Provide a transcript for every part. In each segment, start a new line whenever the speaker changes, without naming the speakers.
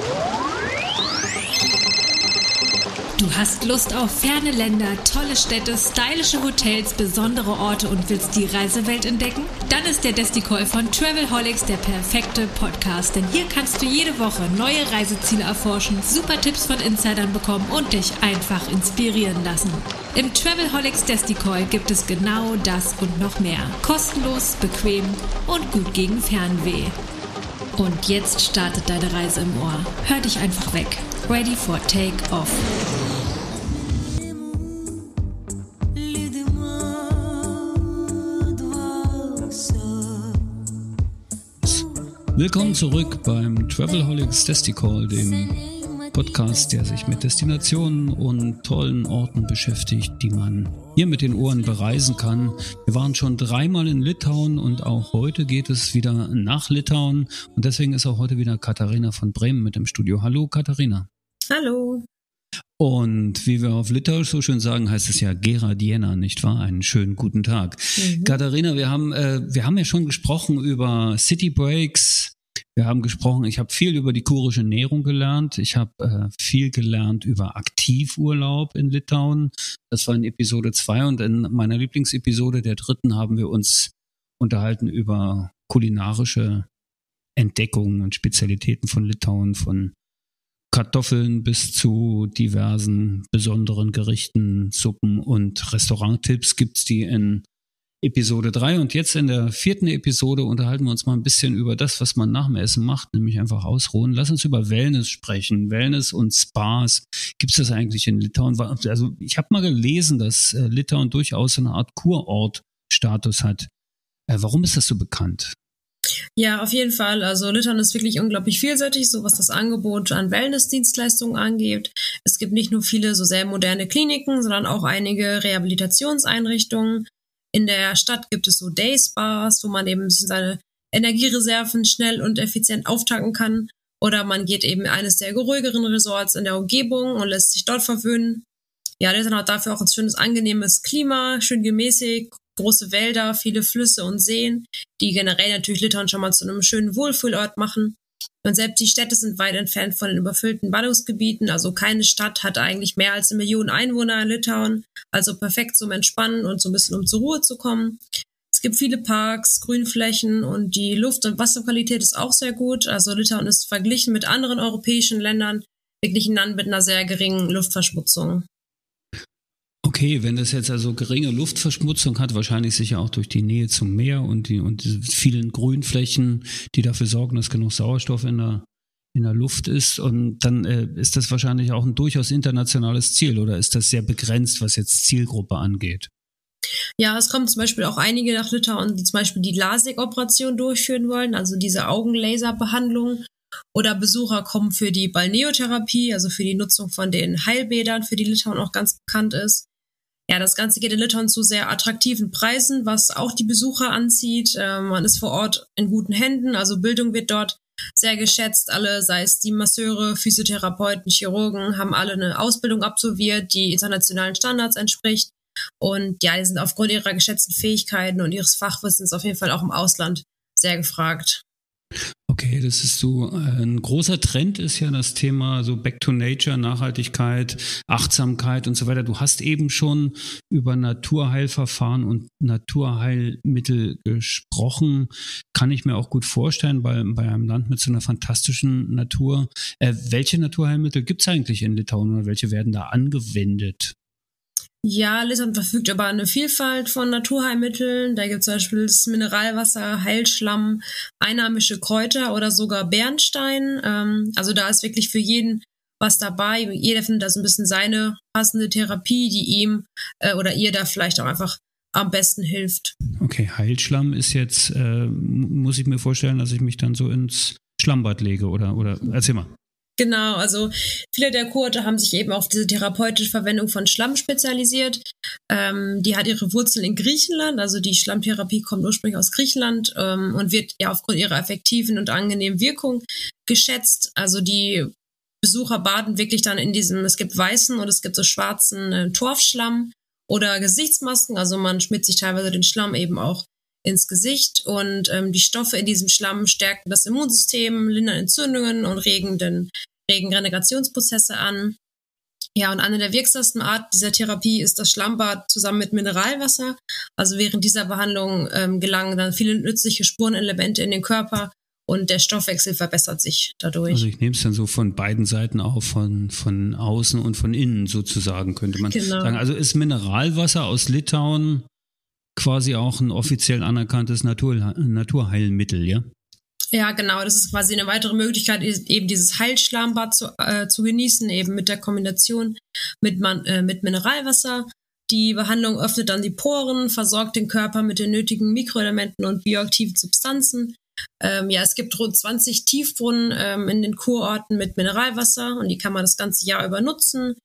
Du hast Lust auf ferne Länder, tolle Städte, stylische Hotels, besondere Orte und willst die Reisewelt entdecken? Dann ist der Desticall von Travelholics der perfekte Podcast, denn hier kannst du jede Woche neue Reiseziele erforschen, super Tipps von Insidern bekommen und dich einfach inspirieren lassen. Im Travelholics Desticall gibt es genau das und noch mehr. Kostenlos, bequem und gut gegen Fernweh. Und jetzt startet deine Reise im Ohr. Hör dich einfach weg. Ready for Take-Off.
Willkommen zurück beim Travelholics Desticall, dem Podcast, der sich mit Destinationen und tollen Orten beschäftigt, die man hier mit den Ohren bereisen kann. Wir waren schon 3-mal in Litauen und auch heute geht es wieder nach Litauen und deswegen ist auch heute wieder Katharina von Bremen mit im Studio. Hallo Katharina.
Hallo.
Und wie wir auf Litauisch so schön sagen, heißt es ja Gera Diena, nicht wahr? Einen schönen guten Tag. Katharina, wir haben ja schon gesprochen über City Breaks. Wir haben gesprochen, ich habe viel über die kurische Ernährung gelernt. Ich habe viel gelernt über Aktivurlaub in Litauen. Das war in Episode 2 und in meiner Lieblingsepisode, der 3., haben wir uns unterhalten über kulinarische Entdeckungen und Spezialitäten von Litauen, von Kartoffeln bis zu diversen besonderen Gerichten, Suppen und Restauranttipps gibt's die in Episode 3. Und jetzt in der 4. Episode unterhalten wir uns mal ein bisschen über das, was man nach dem Essen macht, nämlich einfach ausruhen. Lass uns über Wellness sprechen. Wellness und Spas. Gibt's das eigentlich in Litauen? Also ich habe mal gelesen, dass Litauen durchaus eine Art Kurort-Status hat. Warum ist das so bekannt?
Ja, auf jeden Fall. Also Litauen ist wirklich unglaublich vielseitig, so was das Angebot an Wellnessdienstleistungen angeht. Es gibt nicht nur viele so sehr moderne Kliniken, sondern auch einige Rehabilitationseinrichtungen. In der Stadt gibt es so Day-Spas, wo man eben seine Energiereserven schnell und effizient auftanken kann. Oder man geht eben in eines der ruhigeren Resorts in der Umgebung und lässt sich dort verwöhnen. Ja, Litauen hat dafür auch ein schönes, angenehmes Klima, schön gemäßigt, große Wälder, viele Flüsse und Seen, die generell natürlich Litauen schon mal zu einem schönen Wohlfühlort machen. Und selbst die Städte sind weit entfernt von den überfüllten Ballungsgebieten. Also keine Stadt hat eigentlich mehr als 1 Million Einwohner in Litauen. Also perfekt zum Entspannen und so ein bisschen um zur Ruhe zu kommen. Es gibt viele Parks, Grünflächen und die Luft- und Wasserqualität ist auch sehr gut. Also Litauen ist verglichen mit anderen europäischen Ländern wirklich ein Land mit einer sehr geringen Luftverschmutzung.
Okay, wenn das jetzt also geringe Luftverschmutzung hat, wahrscheinlich sicher auch durch die Nähe zum Meer und diese vielen Grünflächen, die dafür sorgen, dass genug Sauerstoff in der Luft ist, und dann ist das wahrscheinlich auch ein durchaus internationales Ziel, oder ist das sehr begrenzt, was jetzt Zielgruppe angeht?
Ja, es kommen zum Beispiel auch einige nach Litauen, die zum Beispiel die LASIK-Operation durchführen wollen, also diese Augenlaserbehandlung. Oder Besucher kommen für die Balneotherapie, also für die Nutzung von den Heilbädern, für die Litauen auch ganz bekannt ist. Ja, das Ganze geht in Litauen zu sehr attraktiven Preisen, was auch die Besucher anzieht. Man ist vor Ort in guten Händen, also Bildung wird dort sehr geschätzt. Alle, sei es die Masseure, Physiotherapeuten, Chirurgen, haben alle eine Ausbildung absolviert, die internationalen Standards entspricht. Und ja, die sind aufgrund ihrer geschätzten Fähigkeiten und ihres Fachwissens auf jeden Fall auch im Ausland sehr gefragt.
Okay, das ist so ein großer Trend ist ja das Thema so Back to Nature, Nachhaltigkeit, Achtsamkeit und so weiter. Du hast eben schon über Naturheilverfahren und Naturheilmittel gesprochen. Kann ich mir auch gut vorstellen bei einem Land mit so einer fantastischen Natur. Welche Naturheilmittel gibt es eigentlich in Litauen oder welche werden da angewendet?
Ja, Litauen verfügt über eine Vielfalt von Naturheilmitteln. Da gibt es zum Beispiel das Mineralwasser, Heilschlamm, einheimische Kräuter oder sogar Bernstein. Also da ist wirklich für jeden was dabei. Jeder findet da so ein bisschen seine passende Therapie, die ihm oder ihr da vielleicht auch einfach am besten hilft.
Okay, Heilschlamm ist jetzt, muss ich mir vorstellen, dass ich mich dann so ins Schlammbad lege oder erzähl mal.
Genau, also viele der Kurorte haben sich eben auf diese therapeutische Verwendung von Schlamm spezialisiert. Die hat ihre Wurzeln in Griechenland, also die Schlammtherapie kommt ursprünglich aus Griechenland und wird ja aufgrund ihrer effektiven und angenehmen Wirkung geschätzt. Also die Besucher baden wirklich dann in diesem, es gibt weißen und es gibt so schwarzen Torfschlamm oder Gesichtsmasken, also man schmiert sich teilweise den Schlamm eben auch ins Gesicht und die Stoffe in diesem Schlamm stärken das Immunsystem, lindern Entzündungen und regen den regen Regenerationsprozesse an. Ja, und eine der wirksamsten Arten dieser Therapie ist das Schlammbad zusammen mit Mineralwasser. Also während dieser Behandlung gelangen dann viele nützliche Spurenelemente in den Körper und der Stoffwechsel verbessert sich dadurch.
Also ich nehme es dann so von beiden Seiten auf, von außen und von innen sozusagen, könnte man sagen. Also ist Mineralwasser aus Litauen quasi auch ein offiziell anerkanntes Naturheilmittel, ja?
Ja, genau. Das ist quasi eine weitere Möglichkeit, eben dieses Heilschlammbad zu genießen, eben mit der Kombination mit Mineralwasser. Die Behandlung öffnet dann die Poren, versorgt den Körper mit den nötigen Mikroelementen und bioaktiven Substanzen. Es gibt rund 20 Tiefbrunnen in den Kurorten mit Mineralwasser und die kann man das ganze Jahr über nutzen.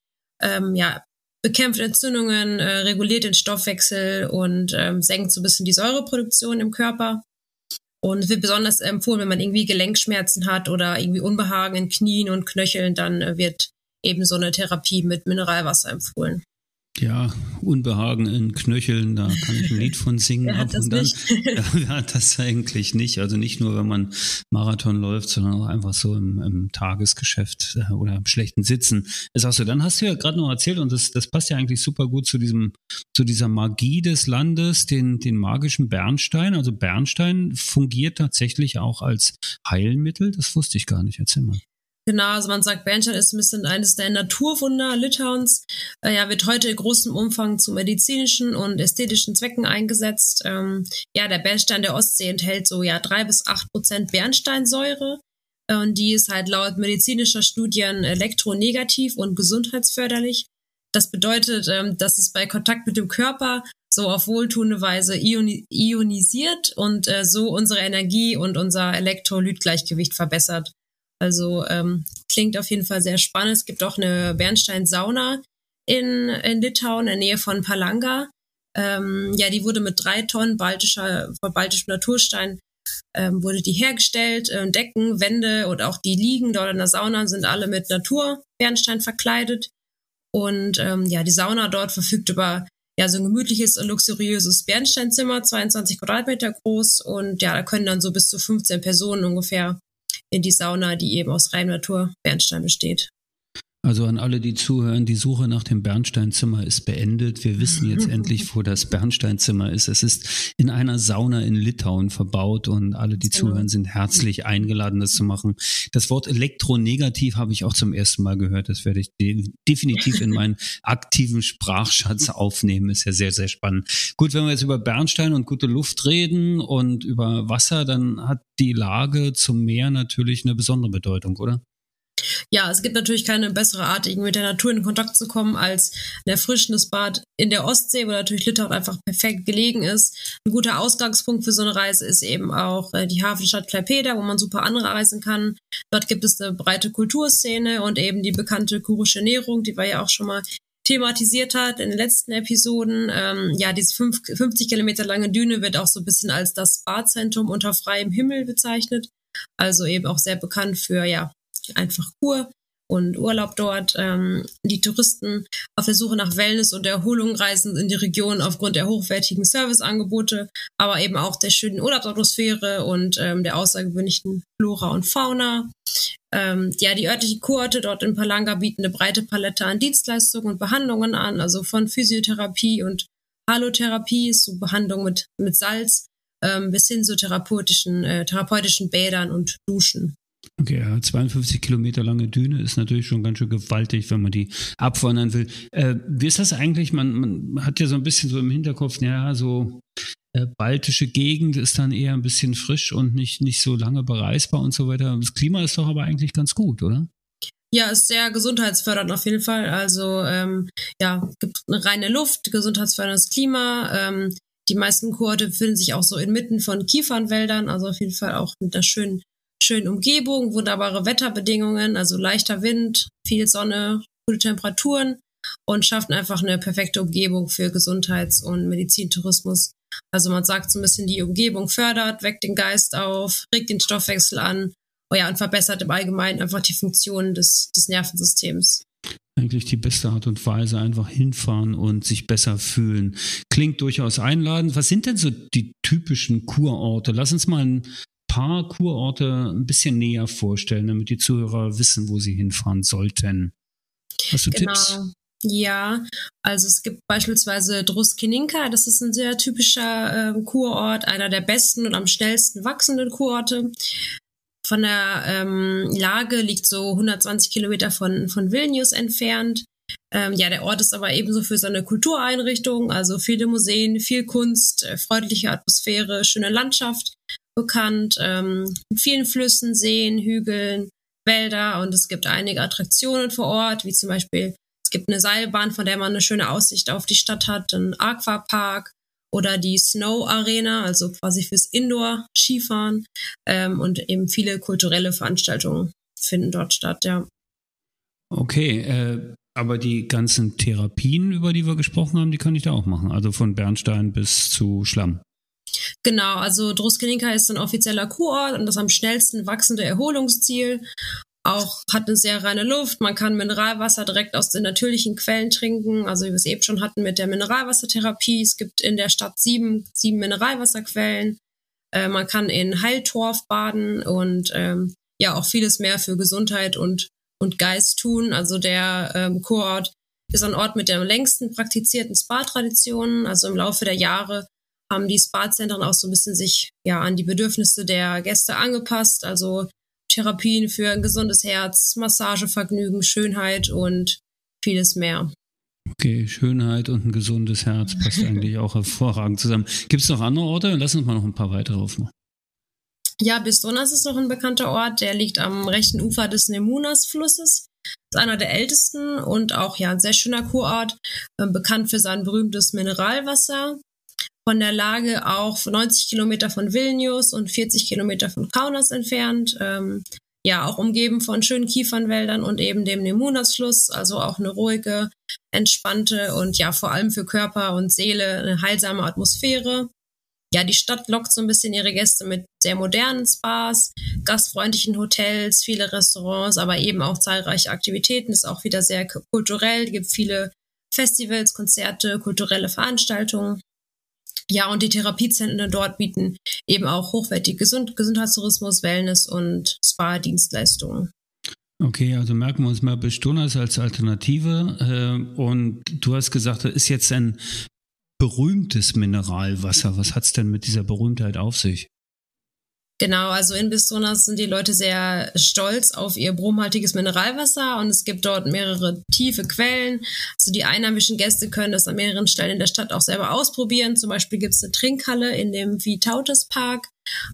Bekämpft Entzündungen, reguliert den Stoffwechsel und senkt so ein bisschen die Säureproduktion im Körper. Und es wird besonders empfohlen, wenn man irgendwie Gelenkschmerzen hat oder irgendwie Unbehagen in Knien und Knöcheln, dann wird eben so eine Therapie mit Mineralwasser empfohlen.
Ja, Unbehagen in Knöcheln, da kann ich ein Lied von singen ab und dann. Ja, das eigentlich nicht. Also nicht nur, wenn man Marathon läuft, sondern auch einfach so im Tagesgeschäft oder im schlechten Sitzen. Sagst du, dann hast du ja gerade noch erzählt und das passt ja eigentlich super gut zu dieser Magie des Landes, den magischen Bernstein. Also Bernstein fungiert tatsächlich auch als Heilmittel. Das wusste ich gar nicht. Erzähl mal.
Genau, also man sagt, Bernstein ist ein bisschen eines der Naturwunder Litauens. Wird heute in großem Umfang zu medizinischen und ästhetischen Zwecken eingesetzt. Der Bernstein der Ostsee enthält so 3-8% Bernsteinsäure. Und die ist halt laut medizinischer Studien elektronegativ und gesundheitsförderlich. Das bedeutet, dass es bei Kontakt mit dem Körper so auf wohltuende Weise ionisiert und so unsere Energie und unser Elektrolytgleichgewicht verbessert. Also klingt auf jeden Fall sehr spannend. Es gibt auch eine Bernsteinsauna in Litauen in der Nähe von Palanga. Die wurde mit 3 Tonnen baltischem Naturstein wurde die hergestellt. Decken, Wände und auch die Liegen dort in der Sauna sind alle mit Naturbernstein verkleidet. Und die Sauna dort verfügt über so ein gemütliches und luxuriöses Bernsteinzimmer, 22 Quadratmeter groß. Und da können dann so bis zu 15 Personen ungefähr in die Sauna, die eben aus reinem Naturbernstein besteht.
Also an alle, die zuhören, die Suche nach dem Bernsteinzimmer ist beendet. Wir wissen jetzt endlich, wo das Bernsteinzimmer ist. Es ist in einer Sauna in Litauen verbaut und alle, die zuhören, sind herzlich eingeladen, das zu machen. Das Wort elektronegativ habe ich auch zum ersten Mal gehört. Das werde ich definitiv in meinen aktiven Sprachschatz aufnehmen. Ist ja sehr, sehr spannend. Gut, wenn wir jetzt über Bernstein und gute Luft reden und über Wasser, dann hat die Lage zum Meer natürlich eine besondere Bedeutung, oder?
Ja, es gibt natürlich keine bessere Art, irgendwie mit der Natur in Kontakt zu kommen, als ein erfrischendes Bad in der Ostsee, wo natürlich Litauen einfach perfekt gelegen ist. Ein guter Ausgangspunkt für so eine Reise ist eben auch die Hafenstadt Klaipėda, wo man super anreisen kann. Dort gibt es eine breite Kulturszene und eben die bekannte kurische Ernährung, die wir ja auch schon mal thematisiert hat in den letzten Episoden. Diese 50 Kilometer lange Düne wird auch so ein bisschen als das Badzentrum unter freiem Himmel bezeichnet. Also eben auch sehr bekannt für, einfach Kur und Urlaub dort. Die Touristen auf der Suche nach Wellness und Erholung reisen in die Region aufgrund der hochwertigen Serviceangebote, aber eben auch der schönen Urlaubsatmosphäre und der außergewöhnlichen Flora und Fauna. Die örtlichen Kurorte dort in Palanga bieten eine breite Palette an Dienstleistungen und Behandlungen an, also von Physiotherapie und Halotherapie, so Behandlung mit Salz, bis hin zu therapeutischen Bädern und Duschen.
Okay, 52 Kilometer lange Düne ist natürlich schon ganz schön gewaltig, wenn man die abwandern will. Wie ist das eigentlich? Man hat ja so ein bisschen so im Hinterkopf, baltische Gegend ist dann eher ein bisschen frisch und nicht so lange bereisbar und so weiter. Das Klima ist doch aber eigentlich ganz gut, oder?
Ja, ist sehr gesundheitsfördernd auf jeden Fall. Also gibt eine reine Luft, gesundheitsförderndes Klima. Die meisten Kurorte befinden sich auch so inmitten von Kiefernwäldern, also auf jeden Fall auch mit einer schönen Umgebung, wunderbare Wetterbedingungen, also leichter Wind, viel Sonne, gute Temperaturen und schaffen einfach eine perfekte Umgebung für Gesundheits- und Medizintourismus. Also man sagt so ein bisschen, die Umgebung fördert, weckt den Geist auf, regt den Stoffwechsel an und verbessert im Allgemeinen einfach die Funktionen des Nervensystems.
Eigentlich die beste Art und Weise, einfach hinfahren und sich besser fühlen. Klingt durchaus einladend. Was sind denn so die typischen Kurorte? Lass uns mal paar Kurorte ein bisschen näher vorstellen, damit die Zuhörer wissen, wo sie hinfahren sollten. Hast du Tipps?
Ja, also es gibt beispielsweise Druskininka, das ist ein sehr typischer Kurort, einer der besten und am schnellsten wachsenden Kurorte. Von der Lage liegt so 120 Kilometer von Vilnius entfernt. Der Ort ist aber ebenso für seine Kultureinrichtungen, also viele Museen, viel Kunst, freundliche Atmosphäre, schöne Landschaft bekannt, mit vielen Flüssen, Seen, Hügeln, Wälder, und es gibt einige Attraktionen vor Ort, wie zum Beispiel, es gibt eine Seilbahn, von der man eine schöne Aussicht auf die Stadt hat, ein Aquapark oder die Snow Arena, also quasi fürs Indoor-Skifahren, und eben viele kulturelle Veranstaltungen finden dort statt, ja.
Okay, aber die ganzen Therapien, über die wir gesprochen haben, die kann ich da auch machen, also von Bernstein bis zu Schlamm.
Genau, also Druskininka ist ein offizieller Kurort und das am schnellsten wachsende Erholungsziel. Auch hat eine sehr reine Luft, man kann Mineralwasser direkt aus den natürlichen Quellen trinken, also wie wir es eben schon hatten mit der Mineralwassertherapie. Es gibt in der Stadt sieben Mineralwasserquellen, man kann in Heiltorf baden und auch vieles mehr für Gesundheit und Geist tun. Also der Kurort ist ein Ort mit der längsten praktizierten Spa-Tradition, also im Laufe der Jahre haben die Spa-Zentren auch so ein bisschen sich an die Bedürfnisse der Gäste angepasst, also Therapien für ein gesundes Herz, Massagevergnügen, Schönheit und vieles mehr.
Okay, Schönheit und ein gesundes Herz passt eigentlich auch hervorragend zusammen. Gibt es noch andere Orte? Lass uns mal noch ein paar weitere aufmachen.
Ja, Bistronas ist noch ein bekannter Ort, der liegt am rechten Ufer des Nemunas-Flusses. Ist einer der ältesten und auch ein sehr schöner Kurort, bekannt für sein berühmtes Mineralwasser. Von der Lage auch 90 Kilometer von Vilnius und 40 Kilometer von Kaunas entfernt. Auch umgeben von schönen Kiefernwäldern und eben dem Nemunas-Fluss. Also auch eine ruhige, entspannte und vor allem für Körper und Seele eine heilsame Atmosphäre. Ja, die Stadt lockt so ein bisschen ihre Gäste mit sehr modernen Spas, gastfreundlichen Hotels, viele Restaurants, aber eben auch zahlreiche Aktivitäten. Ist auch wieder sehr kulturell, gibt viele Festivals, Konzerte, kulturelle Veranstaltungen. Ja, und die Therapiezentren dort bieten eben auch hochwertige Gesundheitstourismus, Wellness und Spa-Dienstleistungen.
Okay, also merken wir uns mal Bistronas als Alternative. Und du hast gesagt, das ist jetzt ein berühmtes Mineralwasser. Was hat es denn mit dieser Berühmtheit auf sich?
Genau, also in Bistronas sind die Leute sehr stolz auf ihr bromhaltiges Mineralwasser und es gibt dort mehrere tiefe Quellen. Also die einheimischen Gäste können das an mehreren Stellen in der Stadt auch selber ausprobieren. Zum Beispiel gibt es eine Trinkhalle in dem Vytautas Park.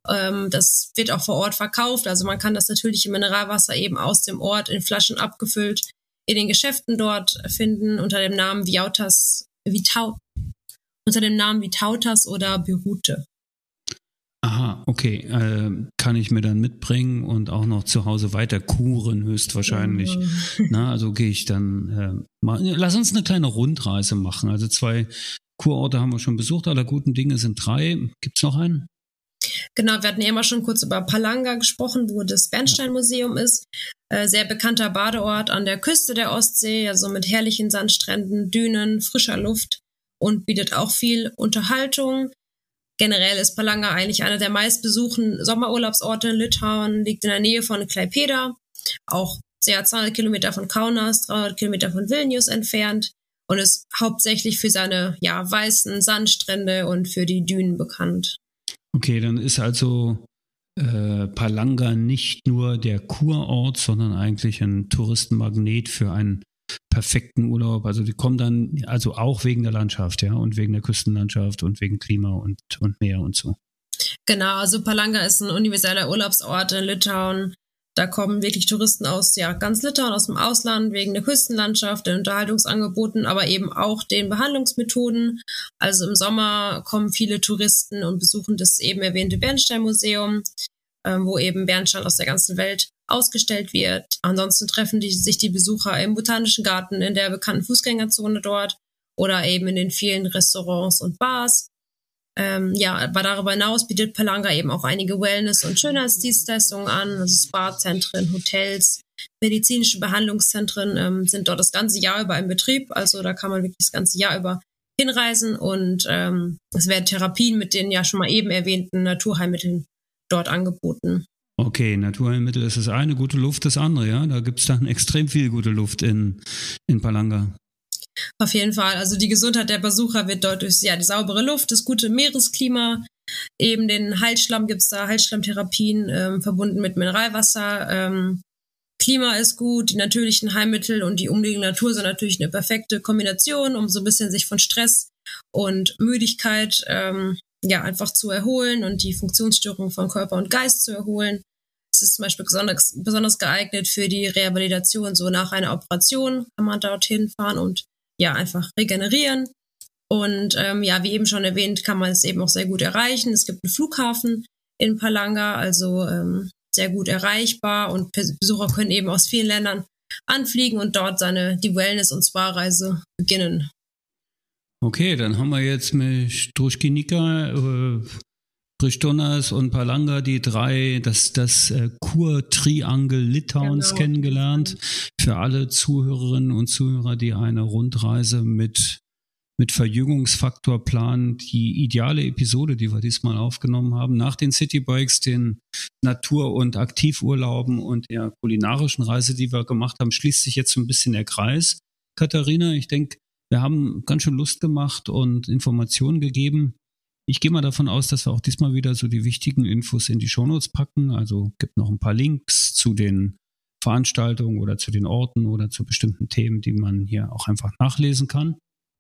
Das wird auch vor Ort verkauft. Also man kann das natürliche Mineralwasser eben aus dem Ort in Flaschen abgefüllt in den Geschäften dort finden unter dem Namen Vytautas oder Birute.
Aha, okay. Kann ich mir dann mitbringen und auch noch zu Hause weiter kuren, höchstwahrscheinlich. Na, also gehe ich dann mal. Lass uns eine kleine Rundreise machen. Also 2 Kurorte haben wir schon besucht, aller guten Dinge sind 3. Gibt's noch einen?
Genau, wir hatten ja immer schon kurz über Palanga gesprochen, wo das Bernstein-Museum ist. Sehr bekannter Badeort an der Küste der Ostsee, also mit herrlichen Sandstränden, Dünen, frischer Luft und bietet auch viel Unterhaltung. Generell ist Palanga eigentlich einer der meistbesuchten Sommerurlaubsorte in Litauen, liegt in der Nähe von Klaipėda, auch 200 Kilometer von Kaunas, 300 Kilometer von Vilnius entfernt und ist hauptsächlich für seine weißen Sandstrände und für die Dünen bekannt.
Okay, dann ist also Palanga nicht nur der Kurort, sondern eigentlich ein Touristenmagnet für einen perfekten Urlaub. Also die kommen dann also auch wegen der Landschaft, und wegen der Küstenlandschaft und wegen Klima und Meer und so.
Genau, also Palanga ist ein universeller Urlaubsort in Litauen. Da kommen wirklich Touristen aus ganz Litauen, aus dem Ausland, wegen der Küstenlandschaft, den Unterhaltungsangeboten, aber eben auch den Behandlungsmethoden. Also im Sommer kommen viele Touristen und besuchen das eben erwähnte Bernstein-Museum, wo eben Bernstein aus der ganzen Welt ausgestellt wird. Ansonsten treffen sich die Besucher im Botanischen Garten, in der bekannten Fußgängerzone dort oder eben in den vielen Restaurants und Bars. Aber darüber hinaus bietet Palanga eben auch einige Wellness- und Schönheitsdienstleistungen an, also Spa-Zentren, Hotels, medizinische Behandlungszentren sind dort das ganze Jahr über in Betrieb, also da kann man wirklich das ganze Jahr über hinreisen und es werden Therapien mit den schon mal eben erwähnten Naturheilmitteln dort angeboten.
Okay, Naturheilmittel ist das eine, gute Luft das andere, ja? Da gibt es dann extrem viel gute Luft in Palanga.
Auf jeden Fall. Also die Gesundheit der Besucher wird dort durch die saubere Luft, das gute Meeresklima, eben den Heilschlamm gibt es da, Heilschlammtherapien verbunden mit Mineralwasser. Klima ist gut, die natürlichen Heilmittel und die umliegende Natur sind natürlich eine perfekte Kombination, um so ein bisschen sich von Stress und Müdigkeit einfach zu erholen und die Funktionsstörungen von Körper und Geist zu erholen. Es ist zum Beispiel besonders geeignet für die Rehabilitation, so nach einer Operation kann man dorthin fahren und einfach regenerieren. Und wie eben schon erwähnt, kann man es eben auch sehr gut erreichen. Es gibt einen Flughafen in Palanga, also sehr gut erreichbar und Besucher können eben aus vielen Ländern anfliegen und dort die Wellness- und Spa-Reise beginnen.
Okay, dann haben wir jetzt mit Struškyňka, Prištonas und Palanga die drei, das Kur-Triangel Litauens kennengelernt. Für alle Zuhörerinnen und Zuhörer, die eine Rundreise mit Verjüngungsfaktor planen, die ideale Episode, die wir diesmal aufgenommen haben, nach den Citybikes, den Natur- und Aktivurlauben und der kulinarischen Reise, die wir gemacht haben, schließt sich jetzt so ein bisschen der Kreis. Katharina, ich denke, wir haben ganz schön Lust gemacht und Informationen gegeben. Ich gehe mal davon aus, dass wir auch diesmal wieder so die wichtigen Infos in die Shownotes packen. Also gibt noch ein paar Links zu den Veranstaltungen oder zu den Orten oder zu bestimmten Themen, die man hier auch einfach nachlesen kann.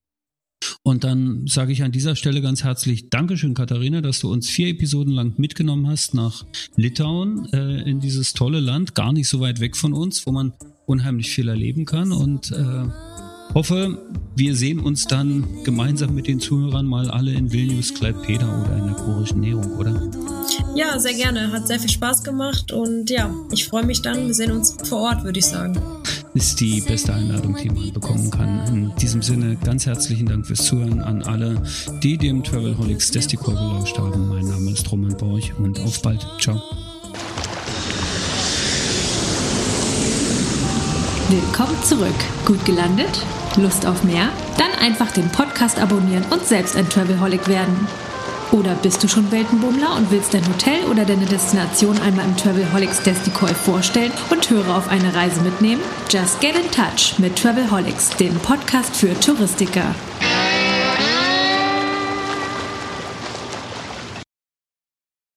Und dann sage ich an dieser Stelle ganz herzlich Dankeschön, Katharina, dass du uns 4 Episoden lang mitgenommen hast nach Litauen, in dieses tolle Land, gar nicht so weit weg von uns, wo man unheimlich viel erleben kann und hoffe, wir sehen uns dann gemeinsam mit den Zuhörern mal alle in Vilnius, Klaipėda oder in der kurischen Näherung, oder?
Ja, sehr gerne. Hat sehr viel Spaß gemacht und ich freue mich dann. Wir sehen uns vor Ort, würde ich sagen.
Ist die beste Einladung, die man bekommen kann. In diesem Sinne ganz herzlichen Dank fürs Zuhören an alle, die dem Travelholics Desticol gelauscht haben. Mein Name ist Roman Borch und auf bald. Ciao.
Willkommen zurück. Gut gelandet? Lust auf mehr? Dann einfach den Podcast abonnieren und selbst ein Travelholic werden. Oder bist du schon Weltenbummler und willst dein Hotel oder deine Destination einmal im Travelholics Desticol vorstellen und Hörer auf eine Reise mitnehmen? Just get in touch mit Travelholics, dem Podcast für Touristiker.